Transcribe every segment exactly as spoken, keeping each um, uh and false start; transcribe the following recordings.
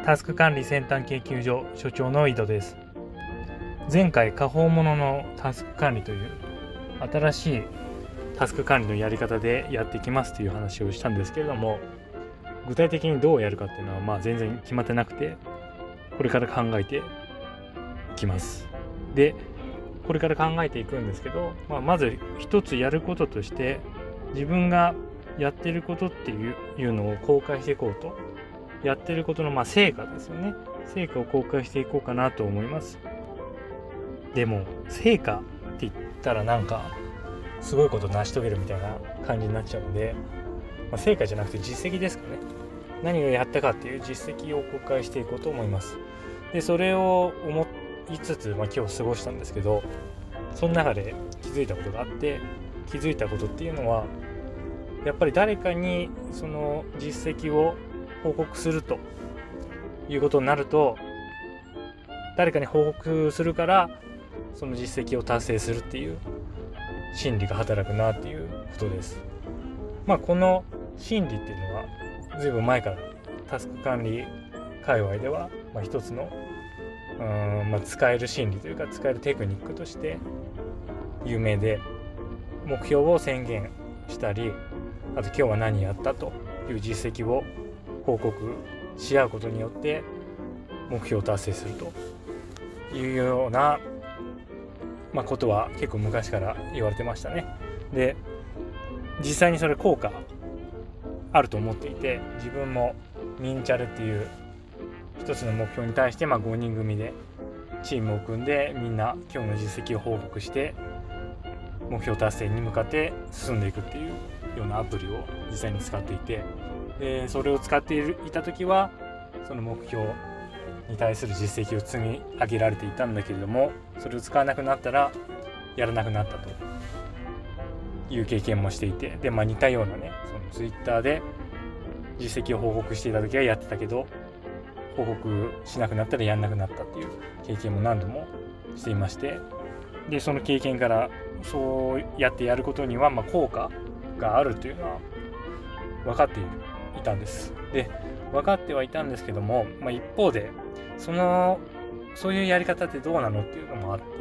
タスク管理先端研究所所長の井戸です。前回下方もののタスク管理という新しいタスク管理のやり方でやっていきますという話をしたんですけれども、具体的にどうやるかっていうのはまあ全然決まってなくて、これから考えていきます。でこれから考えていくんですけど、まあ、まず一つやることとして自分がやってることっていういうのを公開していこうと、やってることのまあ成果ですよね。成果を公開していこうかなと思います。でも成果って言ったらなんかすごいことを成し遂げるみたいな感じになっちゃうので、まあ、成果じゃなくて実績ですかね。何をやったかっていう実績を公開していこうと思います。でそれを思いつつ、まあ、今日過ごしたんですけど、その中で気づいたことがあって、気づいたことっていうのはやっぱり誰かにその実績を報告するということになると、誰かに報告するからその実績を達成するっていう心理が働くなっていうことです。まあこの心理っていうのはずいぶん前からタスク管理界隈ではまあ一つのうーん、まあ、使える心理というか使えるテクニックとして有名で、目標を宣言したり、あと今日は何やったという実績を報告し合うことによって目標を達成するというような、まあ、ことは結構昔から言われてましたね。で実際にそれ効果あると思っていて、自分もミンチャルっていう一つの目標に対してまあごにん組でチームを組んで、みんな今日の実績を報告して目標達成に向かって進んでいくっていうようなアプリを実際に使っていて、でそれを使っていた時はその目標に対する実績を積み上げられていたんだけれども、それを使わなくなったらやらなくなったという経験もしていて、で、まあ、似たようなね、そのツイッターで実績を報告していた時はやってたけど、報告しなくなったらやんなくなったっていう経験も何度もしていまして、でその経験からそうやってやることにはまあ効果があるというのは分かっていたんです。で分かってはいたんですけども、まあ、一方でそのそういうやり方ってどうなのっていうのもあって、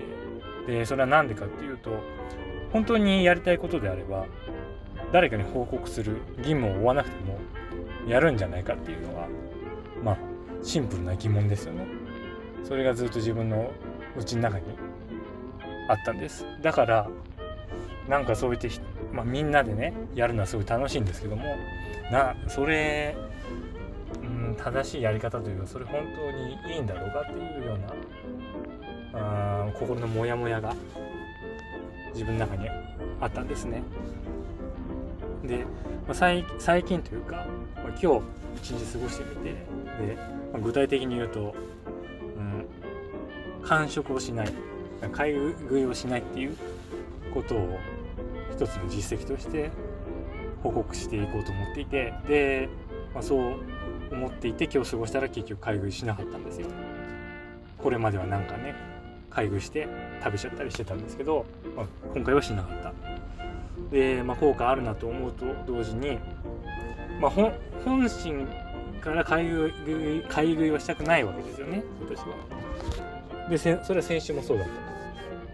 でそれは何でかっていうと、本当にやりたいことであれば誰かに報告する義務を負わなくてもやるんじゃないかっていうのはまあシンプルな疑問ですよね。それがずっと自分の内の中にあったんです。だからなんかそう言って、まあ、みんなでねやるのはすごい楽しいんですけども、なそれ、うん、正しいやり方というか、それ本当にいいんだろうかっていうようなあ心のモヤモヤが自分の中にあったんですね。で、まあ、最, 最近というか、まあ、今日一日過ごしてみて、で、まあ、具体的に言うと、うん、間食をしない、買い食いをしないっていうことを一つの実績として報告していこうと思っていて、で、まあ、そう思っていて今日過ごしたら結局買い食いしなかったんですよ。これまではなんかね買い食いして食べちゃったりしてたんですけど、まあ、今回はしなかった。で、まあ、効果あるなと思うと同時に、まあ、本, 本心から買い食い買い食いはしたくないわけですよね、私は。でそれは先週もそうだった。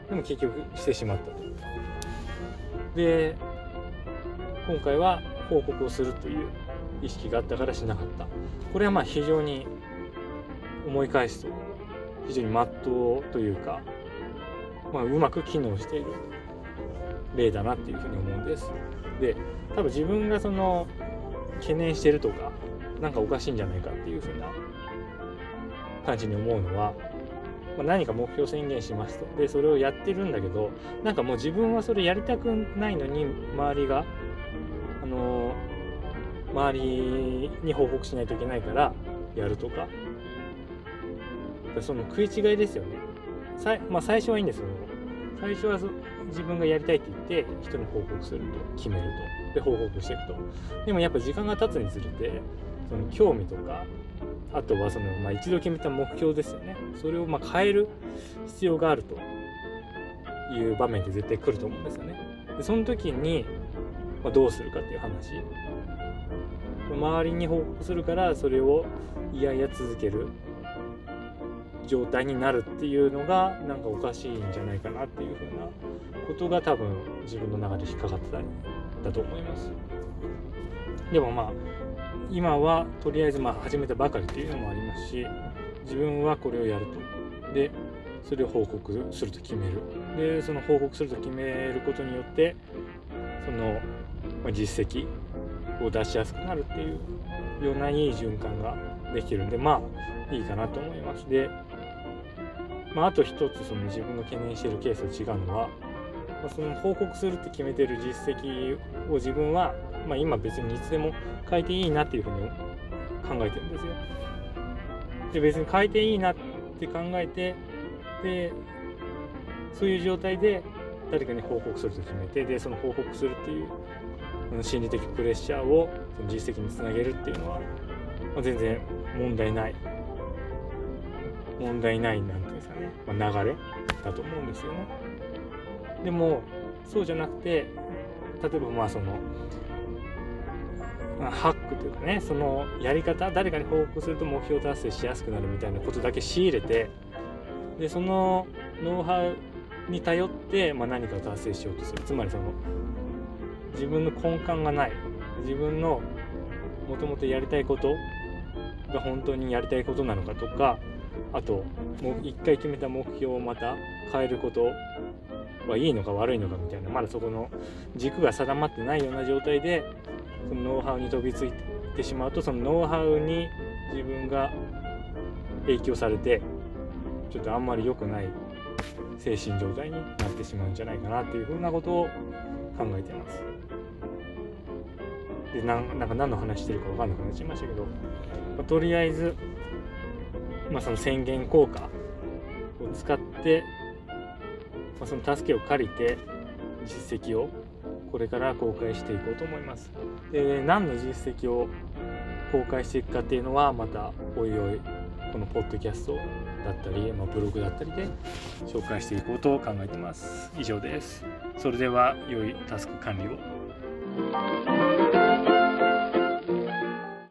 でも結局してしまったと。で今回は報告をするという意識があったからしなかった。これはまあ非常に思い返すと非常に真っ当というか、まあ、うまく機能している例だなっていうふうに思うんです。で多分自分がその懸念してるとかなんかおかしいんじゃないかっていうふうな感じに思うのは、まあ、何か目標宣言しますと。でそれをやってるんだけど、なんかもう自分はそれやりたくないのに周りがあのー、周りに報告しないといけないからやるとか、その食い違いですよね。さい、まあ、最初はいいんですよ。最初は自分がやりたいって言って人に報告すると決めると、で報告していくと。でもやっぱ時間が経つにつれてその興味とか、あとはその、まあ、一度決めた目標ですよね、それをまあ変える必要があるという場面って絶対来ると思うんですよね。でその時に、まあ、どうするかっていう話、周りに報告するからそれをいやいや続ける状態になるっていうのがなんかおかしいんじゃないかなっていうふうなことが多分自分の中で引っかかってたんだと思います。でもまあ今はとりあえずまあ始めたばかりっていうのもありますし、自分はこれをやると、でそれを報告すると決める、でその報告すると決めることによってその実績を出しやすくなるっていうようないい循環ができるんで、まあいいかなと思います。で、まあ、あと一つその自分が懸念しているケースと違うのは、まあ、その報告するって決めてる実績を自分は、まあ、今別にいつでも変えていいなっていうふうに考えてるんですよ。で別に変えていいなって考えて、でそういう状態で誰かに報告すると決めて、でその報告するっていう心理的プレッシャーをその実績につなげるっていうのは、まあ、全然問題ない問題ないなんていうんですかね、まあ、流れだと思うんですよね。でもそうじゃなくて、例えばまあその、まあ、ハックというかね、そのやり方、誰かに報告すると目標達成しやすくなるみたいなことだけ仕入れて、でそのノウハウに頼って、まあ、何かを達成しようとする。つまりその自分の根幹がない、自分のもともとやりたいことが本当にやりたいことなのかとか、あともう一回決めた目標をまた変えることはいいのか悪いのかみたいな、まだそこの軸が定まってないような状態でそのノウハウに飛びついてしまうと、そのノウハウに自分が影響されてちょっとあんまり良くない精神状態になってしまうんじゃないかなっていうふうなことを考えてます。でな ん, なんか何の話してるか分かんなくなっちゃいましたけど、まあ、とりあえず、まあ、その宣言効果を使って、まあ、その助けを借りて実績をこれから公開していこうと思います。で何の実績を公開していくかっていうのはまたおいおいこのポッドキャストだったり、まあ、ブログだったりで紹介していこうと考えています。以上です。それでは良いタスク管理を。